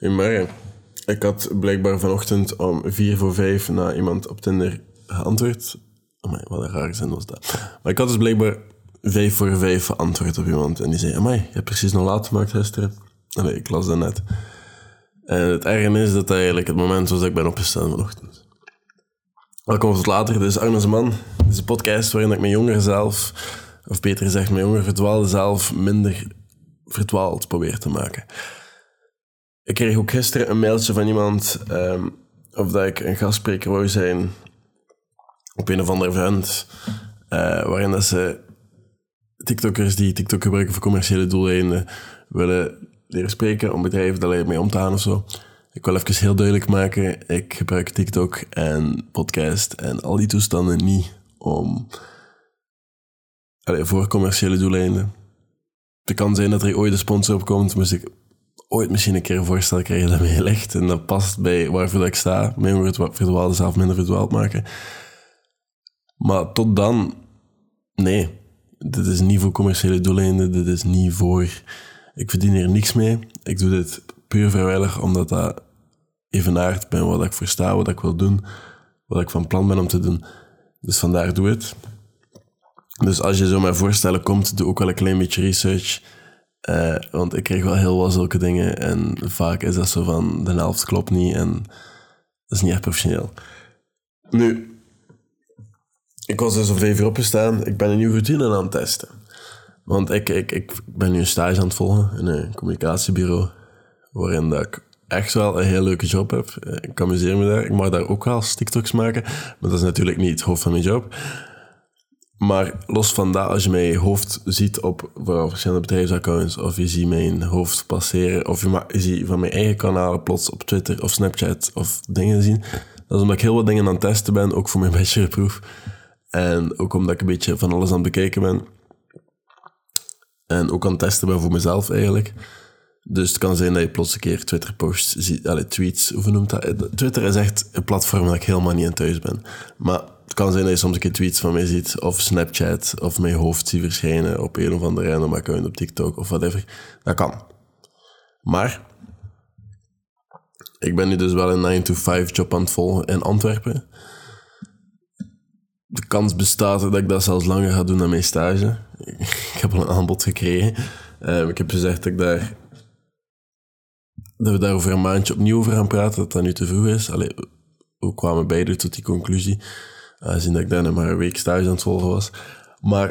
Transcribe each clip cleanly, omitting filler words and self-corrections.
Goedemorgen. Ik had blijkbaar vanochtend om 4:45 naar iemand op Tinder geantwoord. Amai, wat een rare zin was dat. Maar ik had dus blijkbaar 4:45 geantwoord op iemand. En die zei, amai, je hebt precies nog laat gemaakt gisteren. Allee, ik las dat net. En het erge is dat eigenlijk het moment was dat ik ben opgestaan vanochtend. Welkom tot later, dit is Arno's Man. Dit is een podcast waarin ik mijn jongere zelf, of beter gezegd mijn jongere verdwaalde zelf, minder verdwaald probeer te maken. Ik kreeg ook gisteren een mailtje van iemand of dat ik een gastspreker wou zijn op een of ander event, waarin dat ze TikTokkers die TikTok gebruiken voor commerciële doeleinden willen leren spreken om bedrijven daar mee om te gaan of zo. Ik wil even heel duidelijk maken, ik gebruik TikTok en podcast en al die toestanden niet voor commerciële doeleinden. Het kan zijn dat er ooit een sponsor op komt, moest ik ooit misschien een keer een voorstel krijgen dat mij ligt en dat past bij waarvoor ik sta. Mijn verdwaalde zelf minder verdwaald maken. Maar tot dan, nee. Dit is niet voor commerciële doeleinden, dit is niet voor... Ik verdien hier niks mee. Ik doe dit puur vrijwillig, omdat dat evenaard bij wat ik versta, wat ik wil doen, wat ik van plan ben om te doen. Dus vandaar doe het. Dus als je zo met voorstellen komt, doe ook wel een klein beetje research. Want ik krijg wel heel wat zulke dingen en vaak is dat zo van de helft klopt niet en dat is niet echt professioneel. Nu, ik was dus om 5:00 opgestaan. Ik ben een nieuwe routine aan het testen. Want ik ben nu een stage aan het volgen in een communicatiebureau waarin dat ik echt wel een heel leuke job heb. Ik amuseer me daar. Ik mag daar ook wel TikToks maken, maar dat is natuurlijk niet het hoofd van mijn job. Maar los van dat, als je mijn hoofd ziet op verschillende bedrijfsaccounts, of je ziet mijn hoofd passeren, of je ziet van mijn eigen kanalen plots op Twitter of Snapchat of dingen zien, dat is omdat ik heel wat dingen aan het testen ben, ook voor mijn bachelorproef. En ook omdat ik een beetje van alles aan het bekijken ben. En ook aan het testen ben voor mezelf eigenlijk. Dus het kan zijn dat je plots een keer Twitter-posts ziet, tweets, hoe noemt dat? Twitter is echt een platform waar ik helemaal niet aan thuis ben. Maar het kan zijn dat je soms een keer tweets van mij ziet, of Snapchat, of mijn hoofd ziet verschijnen op een of andere random account op TikTok, of whatever. Dat kan. Maar ik ben nu dus wel een 9-to-5 job aan het volgen in Antwerpen. De kans bestaat dat ik dat zelfs langer ga doen dan mijn stage. Ik heb al een aanbod gekregen. Ik heb gezegd dat we daar over een maandje opnieuw over gaan praten, dat dat nu te vroeg is. Allee, we kwamen beide tot die conclusie. Aangezien dat ik daar nog maar een week stage aan het volgen was. Maar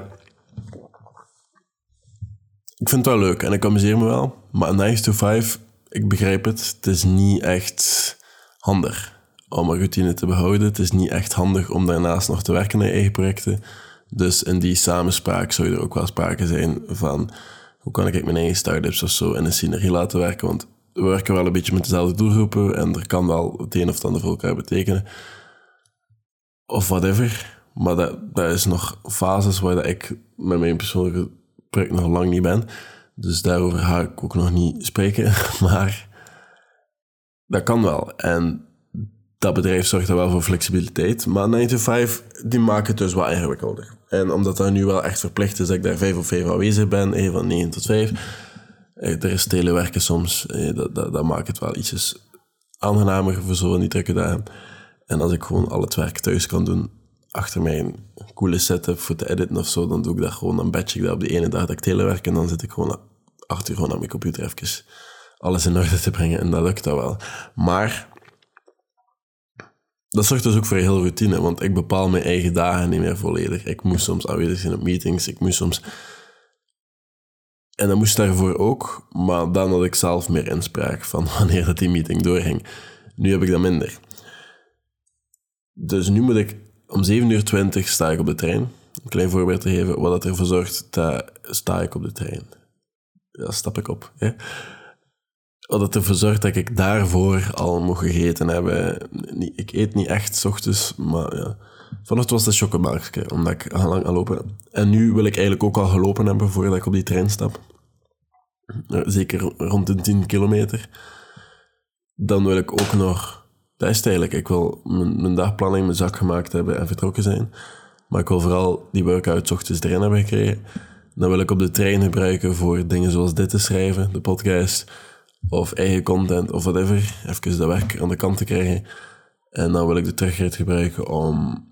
ik vind het wel leuk en ik amuseer me wel. Maar 9-to-5, ik begrijp het. Het is niet echt handig om een routine te behouden. Het is niet echt handig om daarnaast nog te werken aan je eigen projecten. Dus in die samenspraak zou er ook wel sprake zijn van hoe kan ik mijn eigen start-ups of zo in een synergie laten werken. Want we werken wel een beetje met dezelfde doelgroepen en er kan wel het een of het ander voor elkaar betekenen. Of whatever. Maar dat is nog fases waar dat ik met mijn persoonlijke project nog lang niet ben. Dus daarover ga ik ook nog niet spreken. Maar dat kan wel. En dat bedrijf zorgt er wel voor flexibiliteit. Maar 9-to-5, die maken het dus wat ingewikkelder. En omdat dat nu wel echt verplicht is dat ik daar 5 of 5 aanwezig ben, van 9 tot 5. Er is telewerken soms. Dat maakt het wel ietsjes aangenamer voor zo'n die drukke dagen. En als ik gewoon al het werk thuis kan doen, achter mijn coole setup voor te editen of zo, dan doe ik dat gewoon, dan batch ik dat op de ene dag dat ik telewerk en dan zit ik gewoon 8 uur gewoon aan mijn computer even alles in orde te brengen en dat lukt dat wel. Maar dat zorgt dus ook voor een hele routine, want ik bepaal mijn eigen dagen niet meer volledig. Ik moest soms aanwezig zijn op meetings, en dat moest daarvoor ook, maar dan had ik zelf meer inspraak van wanneer dat die meeting doorging. Nu heb ik dat minder. Dus nu moet ik om 7:20 sta ik op de trein. Een klein voorbeeld te geven, wat dat ervoor zorgt, dat sta ik op de trein. Ja, stap ik op. Hè? Wat dat ervoor zorgt dat ik daarvoor al moet gegeten hebben. Ik eet niet echt 's ochtends, maar ja. Vanochtend was het chocomelkje, omdat ik lang aan lopen heb. En nu wil ik eigenlijk ook al gelopen hebben voordat ik op die trein stap. Zeker rond de 10 kilometer. Dan wil ik ook nog... Dat is het eigenlijk. Ik wil mijn dagplanning, mijn zak gemaakt hebben en vertrokken zijn. Maar ik wil vooral die workout 's ochtends erin hebben gekregen. Dan wil ik op de trein gebruiken voor dingen zoals dit te schrijven, de podcast. of eigen content of whatever. Even dat werk aan de kant te krijgen. En dan wil ik de terugrit gebruiken om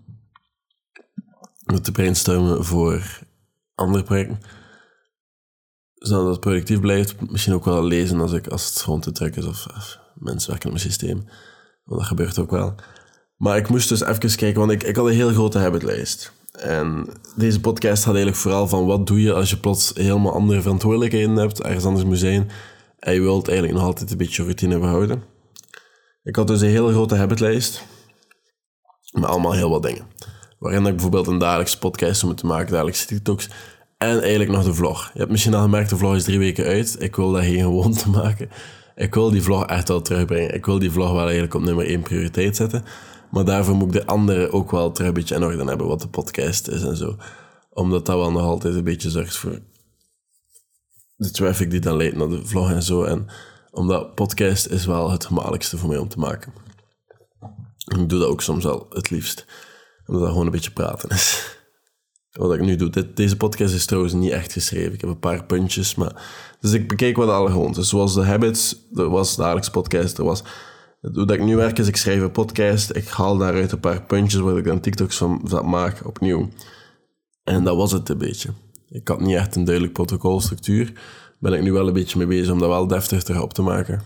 te brainstormen voor andere projecten. Zodat het productief blijft. Misschien ook wel lezen als het gewoon te druk is of mensen werken op mijn systeem. Want dat gebeurt ook wel. Maar ik moest dus even kijken, want ik had een heel grote habitlijst. En deze podcast gaat eigenlijk vooral van wat doe je als je plots helemaal andere verantwoordelijkheden hebt, ergens anders moet zijn, en je wilt eigenlijk nog altijd een beetje routine behouden. Ik had dus een hele grote habitlijst, met allemaal heel wat dingen. Waarin ik bijvoorbeeld een dagelijkse podcast zou moeten maken, dagelijkse TikToks, en eigenlijk nog de vlog. Je hebt misschien al gemerkt, de vlog is 3 weken uit. Ik wil dat geen gewoonte maken. Ik wil die vlog echt wel terugbrengen. Ik wil die vlog wel eigenlijk op nummer 1 prioriteit zetten. Maar daarvoor moet ik de andere ook wel terug een beetje in orde hebben, wat de podcast is en zo. Omdat dat wel nog altijd een beetje zorgt voor de traffic die dan leidt naar de vlog en zo. En omdat podcast is wel het gemakkelijkste voor mij om te maken. En ik doe dat ook soms wel het liefst. Omdat dat gewoon een beetje praten is. Wat ik nu doe. Deze podcast is trouwens niet echt geschreven. Ik heb een paar puntjes, maar... Dus ik bekeek wat alle gewoon. Dus zoals de habits, er was de dagelijkse podcast, er was... Hoe dat ik nu werk is, ik schrijf een podcast, ik haal daaruit een paar puntjes waar ik dan TikToks van maak, opnieuw. En dat was het een beetje. Ik had niet echt een duidelijk protocolstructuur. Ben ik nu wel een beetje mee bezig om dat wel deftig terug op te maken.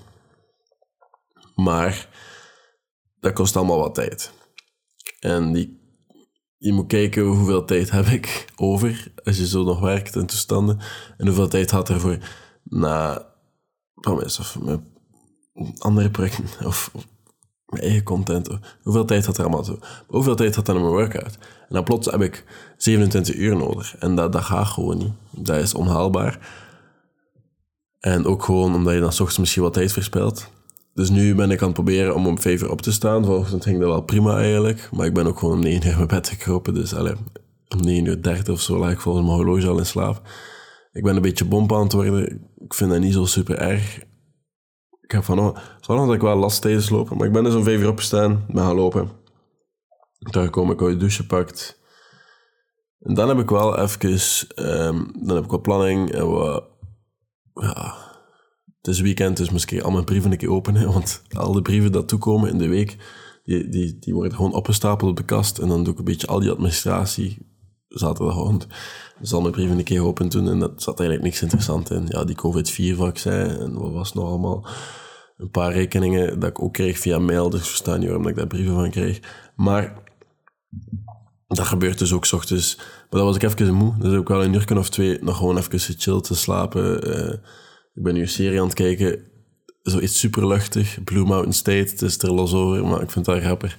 Maar dat kost allemaal wat tijd. En je moet kijken hoeveel tijd heb ik over als je zo nog werkt in toestanden. En hoeveel tijd had ervoor na Promise of mijn andere projecten of mijn eigen content. Hoeveel tijd had er allemaal zo? Hoeveel tijd had er naar mijn workout? En dan plots heb ik 27 uur nodig. En dat gaat gewoon niet. Dat is onhaalbaar. En ook gewoon omdat je dan 's ochtends misschien wat tijd verspilt. Dus nu ben ik aan het proberen om 5 uur op te staan. Vanochtend ging dat wel prima eigenlijk. Maar ik ben ook gewoon om 9 uur in mijn bed gekropen. Dus om 9:30 of zo lag ik volgens mijn horloge al in slaap. Ik ben een beetje bomp aan het worden. Ik vind dat niet zo super erg. Ik heb vanochtend dat ik wel last tijdens lopen. Maar ik ben dus om 5 uur opgestaan. Ben gaan lopen. Toen kom ik uit de douche gepakt. En dan heb ik wel even... dan heb ik wat planning en wat... Ja... Het is weekend, dus misschien al mijn brieven een keer openen. Want al de brieven die toekomen in de week, die worden gewoon opgestapeld op de kast. En dan doe ik een beetje al die administratie zaterdagavond. Dus al mijn brieven een keer open doen. En dat zat eigenlijk niks interessant in. Ja, die COVID-4-vaccin en wat was het nog allemaal. Een paar rekeningen dat ik ook kreeg via mail. Dus ik versta niet waarom ik daar brieven van kreeg. Maar dat gebeurt dus ook 's ochtends. Maar dan was ik even moe. Dus heb ik wel een uur of 2 nog gewoon even gechilled te slapen. Ik ben nu een serie aan het kijken, zoiets super luchtig, Blue Mountain State, het is er los over, maar ik vind het wel grappig.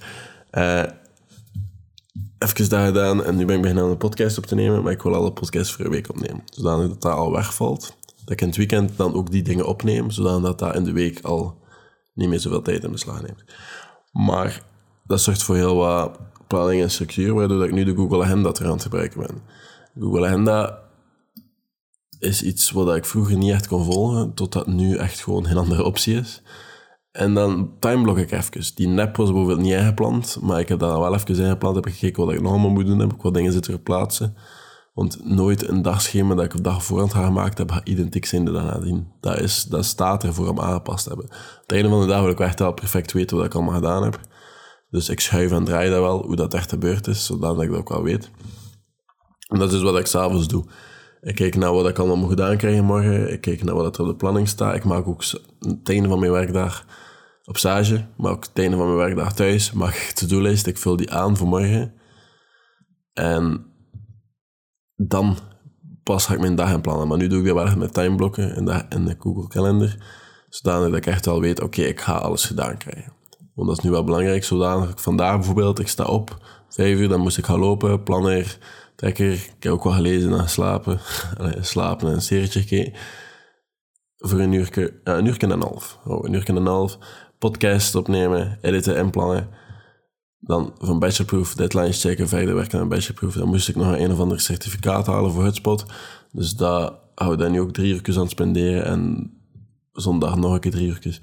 Even dat gedaan en nu ben ik beginnen aan een podcast op te nemen, maar ik wil alle podcasts voor een week opnemen, zodat dat al wegvalt. Dat ik in het weekend dan ook die dingen opneem, zodat dat in de week al niet meer zoveel tijd in beslag neemt. Maar dat zorgt voor heel wat planning en structuur, waardoor ik nu de Google Agenda terug aan het gebruiken ben. Google Agenda is iets wat ik vroeger niet echt kon volgen, totdat nu echt gewoon geen andere optie is. En dan timeblok ik even. Die nap was bijvoorbeeld niet ingepland, maar ik heb dat wel even ingepland, heb ik gekeken wat ik nog allemaal moet doen, heb ik wat dingen zitten verplaatsen. Want nooit een dagschema dat ik op dag voorhand ga gemaakt heb, gaat identiek zijn de dag nadien. Dat staat er voor om aangepast te hebben. Op het einde van de dag wil ik echt wel perfect weten wat ik allemaal gedaan heb. Dus ik schuif en draai dat wel, hoe dat echt gebeurd is, zodat ik dat ook wel weet. En dat is wat ik 's avonds doe. Ik kijk naar wat ik allemaal moet gedaan krijgen morgen. Ik kijk naar wat er op de planning staat. Ik maak ook het einde van mijn werkdag op stage, maar ook het einde van mijn werkdag thuis. Maak ik to-do-lijst. Ik vul die aan voor morgen. En dan pas ga ik mijn dag in plannen. Maar nu doe ik dat wel echt met timeblokken in de Google Calendar. Zodanig dat ik echt wel weet, oké, ik ga alles gedaan krijgen. Want dat is nu wel belangrijk. Zodanig ik vandaag bijvoorbeeld, ik sta op 5 uur, dan moest ik gaan lopen, planner, trekker. Ik heb ook wel gelezen en geslapen. Slapen en een serietje gekeken. Voor een uurtje en een half. Een uurtje en een half. Podcast opnemen, editen en plannen. Dan van bachelorproof, deadlines checken, verder werken aan bachelorproof. Dan moest ik nog een of ander certificaat halen voor Hutspot. Dus daar hou ik dan nu ook 3 uurtjes aan spenderen. En zondag nog een keer 3 uurtjes.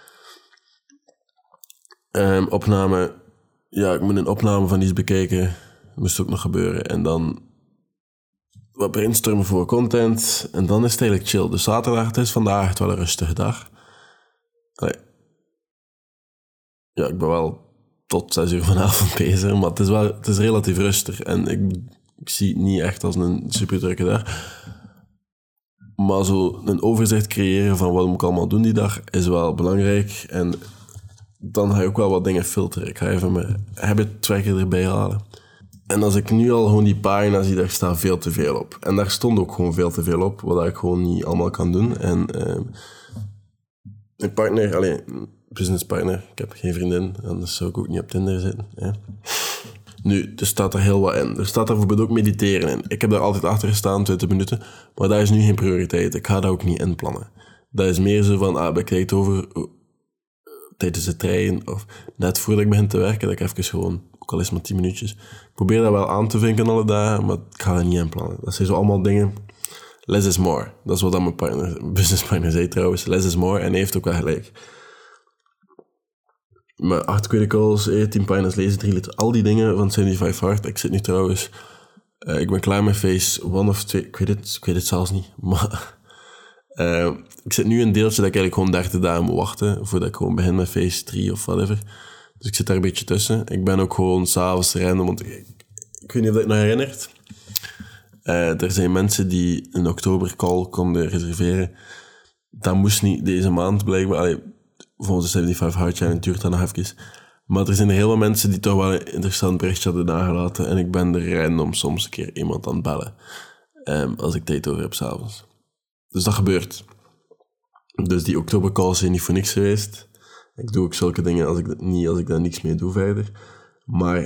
Opname. Ja, ik moet een opname van iets bekijken. Dat moest ook nog gebeuren. En dan wat brainstormen voor content. En dan is het eigenlijk chill. Dus zaterdag, het is vandaag echt wel een rustige dag. allee, ja, ik ben wel tot 6 uur vanavond bezig, maar het is relatief rustig. En ik zie het niet echt als een super drukke dag. Maar zo een overzicht creëren van wat moet ik allemaal doen die dag, is wel belangrijk. En dan ga je ook wel wat dingen filteren. Ik ga even mijn habit tracker erbij halen. En als ik nu al gewoon die pagina zie, daar staat veel te veel op. En daar stond ook gewoon veel te veel op, wat ik gewoon niet allemaal kan doen. En mijn partner, businesspartner, ik heb geen vriendin, anders zou ik ook niet op Tinder zitten. Hè. Nu, er staat er heel wat in. Er staat er bijvoorbeeld ook mediteren in. Ik heb daar altijd achter gestaan, 20 minuten, maar dat is nu geen prioriteit. Ik ga dat ook niet inplannen. Dat is meer zo van, heb ik tijd over tijdens de trein of net voordat ik begin te werken, dat ik even gewoon, ook al is maar 10 minuutjes. Ik probeer dat wel aan te vinken alle dagen, maar ik ga dat niet inplannen. Dat zijn zo allemaal dingen. Less is more. Dat is wat mijn businesspartner zei trouwens. Less is more. En hij heeft ook wel gelijk. Mijn 8 criticals, 10 pagina's lezen, 3 liter. Al die dingen van 75 Hard. Ik zit nu trouwens... ik ben klaar met phase 1 of 2. Ik weet het zelfs niet. Maar... ik zit nu in een deeltje dat ik eigenlijk gewoon 30 dagen moet wachten. Voordat ik gewoon begin met phase 3 of whatever. Dus ik zit daar een beetje tussen. Ik ben ook gewoon s'avonds random. Want ik weet niet of dat je nog herinnert. Er zijn mensen die een oktober call konden reserveren. Dat moest niet deze maand blijkbaar. Volgens de 75 Hard Challenge duurt dat nog even. Maar er zijn er heel veel mensen die toch wel een interessant berichtje hadden nagelaten. En ik ben er random soms een keer iemand aan het bellen. Als ik tijd over heb s'avonds. Dus dat gebeurt. Dus die oktobercalls zijn niet voor niks geweest. Ik doe ook zulke dingen als ik daar niks mee doe verder. Maar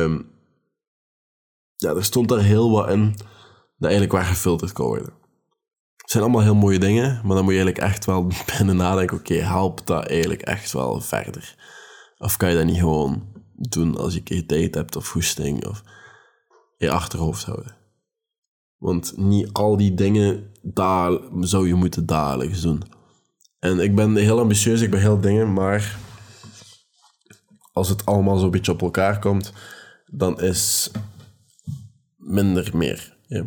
er stond daar heel wat in dat eigenlijk waar gefilterd kan worden. Het zijn allemaal heel mooie dingen, maar dan moet je eigenlijk echt wel binnen nadenken, oké, helpt dat eigenlijk echt wel verder? Of kan je dat niet gewoon doen als je een keer tijd hebt of goesting of je achterhoofd houden? Want niet al die dingen zou je moeten dagelijks doen. En ik ben heel ambitieus, ik ben heel dingen, maar als het allemaal zo'n beetje op elkaar komt, dan is minder meer. Ja.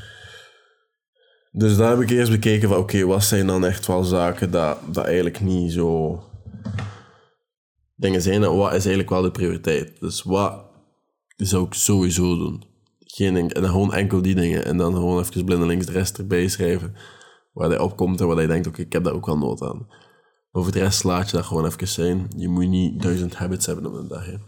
Dus daar heb ik eerst bekeken van, oké, wat zijn dan echt wel zaken dat eigenlijk niet zo dingen zijn en wat is eigenlijk wel de prioriteit. Dus wat zou ik sowieso doen? Geen ding, en dan gewoon enkel die dingen en dan gewoon even blindelings de rest erbij schrijven waar hij opkomt en waar hij denkt, oké, ik heb daar ook wel nood aan. Maar voor de rest laat je dat gewoon even zijn. Je moet niet 1000 habits hebben op een dag. Hè.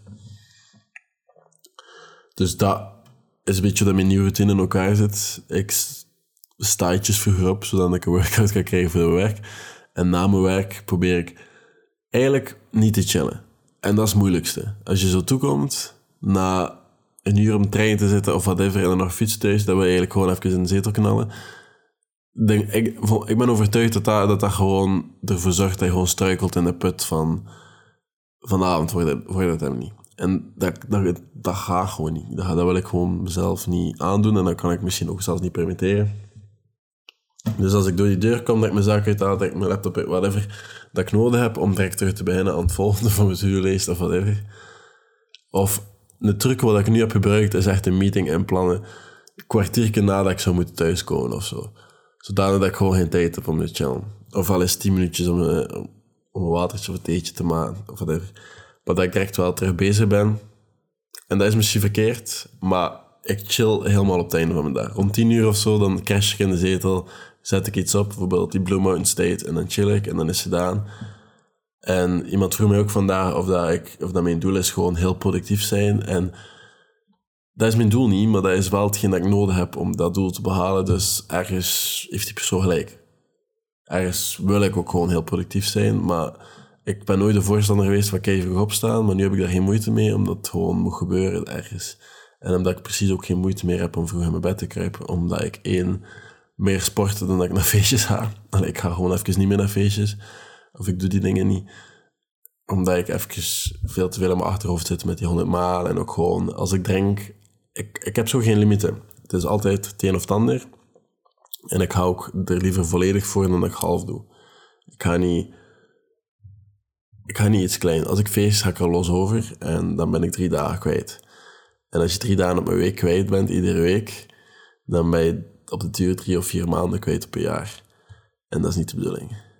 Dus dat is een beetje dat mijn nieuwe routine in elkaar zit. Ik sta iets vroeger op, zodat ik een workout kan krijgen voor mijn werk. En na mijn werk probeer ik eigenlijk niet te chillen. En dat is het moeilijkste. Als je zo toekomt, na een uur op de trein te zitten of whatever, en dan nog fietsen thuis, dat we eigenlijk gewoon even in de zetel knallen. Ik ben overtuigd dat gewoon ervoor zorgt dat je gewoon struikelt in de put van vanavond wordt het hem niet. En dat gaat gewoon niet. Dat wil ik gewoon mezelf niet aandoen en dat kan ik misschien ook zelfs niet permitteren. Dus als ik door die deur kom, dat ik mijn zak uithaal, dat ik mijn laptop uit, whatever, dat ik nodig heb om direct terug te beginnen aan het volgende van mijn to-do-lijst of whatever. Of de truc wat ik nu heb gebruikt is echt een meeting inplannen, een kwartiertje nadat ik zou moeten thuiskomen of zo. Zodanig dat ik gewoon geen tijd heb om te chillen. Of al eens 10 minuutjes om een watertje of een theetje te maken of whatever. Maar dat ik direct wel terug bezig ben. En dat is misschien verkeerd, maar ik chill helemaal op het einde van mijn dag. Om 10 uur of zo, dan crash ik in de zetel, zet ik iets op, bijvoorbeeld die Blue Mountain State, en dan chill ik en dan is het gedaan. En iemand vroeg mij ook vandaag of dat mijn doel is gewoon heel productief zijn. En dat is mijn doel niet, maar dat is wel hetgeen dat ik nodig heb om dat doel te behalen. Dus ergens heeft die persoon gelijk. Ergens wil ik ook gewoon heel productief zijn, maar ik ben nooit de voorstander geweest van keihard opstaan, maar nu heb ik daar geen moeite mee, omdat het gewoon moet gebeuren ergens. En omdat ik precies ook geen moeite meer heb om vroeg in mijn bed te kruipen, omdat ik meer sporten dan dat ik naar feestjes ga. Allee, ik ga gewoon even niet meer naar feestjes, of ik doe die dingen niet. Omdat ik even veel te veel in mijn achterhoofd zit met die 100 maal en ook gewoon, als ik drink, ik heb zo geen limieten. Het is altijd het een of het ander. En ik hou ook er liever volledig voor dan dat ik half doe. Ik ga niet iets klein. Als ik feest ga ik er los over en dan ben ik 3 dagen kwijt. En als je 3 dagen op een week kwijt bent, iedere week, dan ben je op de duur 3 of 4 maanden kwijt op een jaar. En dat is niet de bedoeling.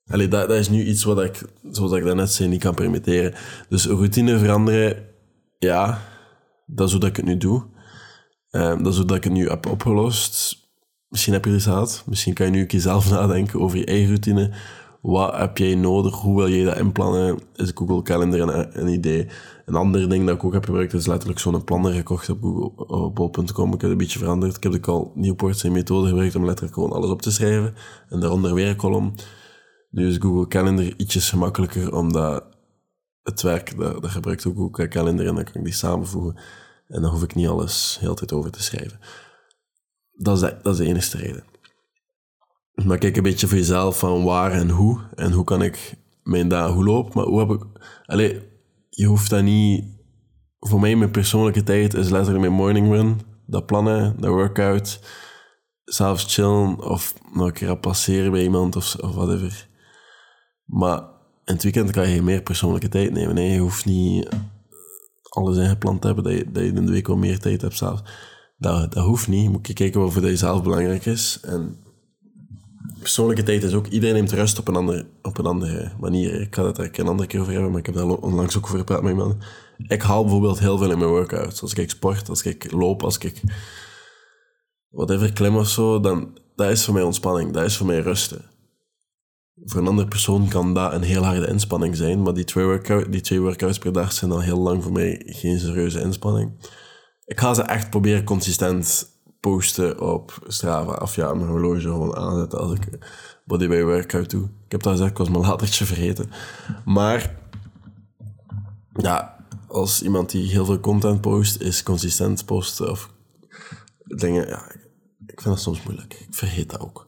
Allee, dat is nu iets wat ik, zoals ik daarnet zei, niet kan permitteren. Dus routine veranderen, ja, dat is hoe dat ik het nu doe. Dat is hoe dat ik het nu heb opgelost. Misschien heb je er iets gehad. Misschien kan je nu een keer zelf nadenken over je eigen routine. Wat heb jij nodig? Hoe wil je dat inplannen? Is Google Calendar een idee? Een ander ding dat ik ook heb gebruikt is letterlijk zo'n planner gekocht op Google, op bol.com. Ik heb het een beetje veranderd. Ik heb de Cal Newport zijn methode gebruikt om letterlijk gewoon alles op te schrijven. En daaronder weer een kolom. Nu is Google Calendar ietsjes gemakkelijker, omdat het werk, dat gebruikt ook Google Calendar en dan kan ik die samenvoegen. En dan hoef ik niet alles heel de tijd over te schrijven. Dat is de enige reden. Maar kijk een beetje voor jezelf van waar en hoe kan ik mijn dagen, hoe loop. Maar hoe heb ik... Allee, je hoeft dat niet... Voor mij, mijn persoonlijke tijd is letterlijk mijn morning run. Dat plannen, dat workout. S'avonds chillen of nog een keer passeren bij iemand of whatever. Maar in het weekend kan je meer persoonlijke tijd nemen. Nee, je hoeft niet alles ingepland te hebben, dat je in de week wel meer tijd hebt zelfs. Dat hoeft niet. Je moet kijken wat voor jezelf belangrijk is. En persoonlijke tijd is ook... Iedereen neemt rust op een andere manier. Ik ga het er een andere keer over hebben, maar ik heb daar onlangs ook over gepraat met iemand. Ik haal bijvoorbeeld heel veel in mijn workouts. Als ik sport, als ik loop, als ik whatever klim of zo, dan dat is voor mij ontspanning. Dat is voor mij rusten. Voor een andere persoon kan dat een heel harde inspanning zijn, maar die twee workouts per dag zijn al heel lang voor mij geen serieuze inspanning. Ik ga ze echt proberen consistent posten op Strava. Of ja, mijn horloge gewoon aanzetten als ik bodyweight workout doe. Ik heb dat gezegd, ik was mijn latertje vergeten. Maar ja, als iemand die heel veel content post, is consistent posten of dingen, ja, ik vind dat soms moeilijk. Ik vergeet dat ook.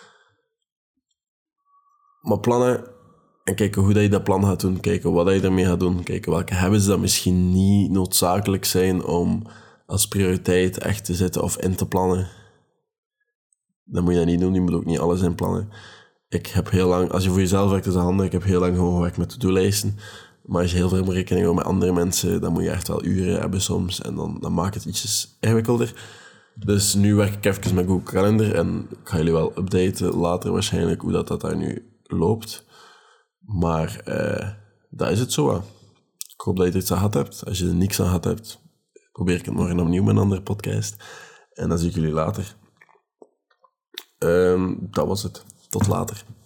Maar plannen en kijken hoe dat je dat plan gaat doen, kijken wat je ermee gaat doen, kijken welke habits dat misschien niet noodzakelijk zijn om als prioriteit echt te zetten of in te plannen. Dan moet je dat niet doen, je moet ook niet alles inplannen. Ik heb heel lang, als je voor jezelf werkt is dat handig, ik heb heel lang gewoon gewerkt met to-do-lijsten. Maar als je heel veel moet rekening houden met andere mensen, dan moet je echt wel uren hebben soms en dan maakt het ietsjes ingewikkelder. Dus nu werk ik even met Google Calendar en ik ga jullie wel updaten later waarschijnlijk hoe dat daar nu loopt. Maar dat is het zo. Hè. Ik hoop dat je er iets aan gehad hebt. Als je er niks aan gehad hebt, probeer ik het morgen opnieuw met een andere podcast. En dan zie ik jullie later. Dat was het. Tot later.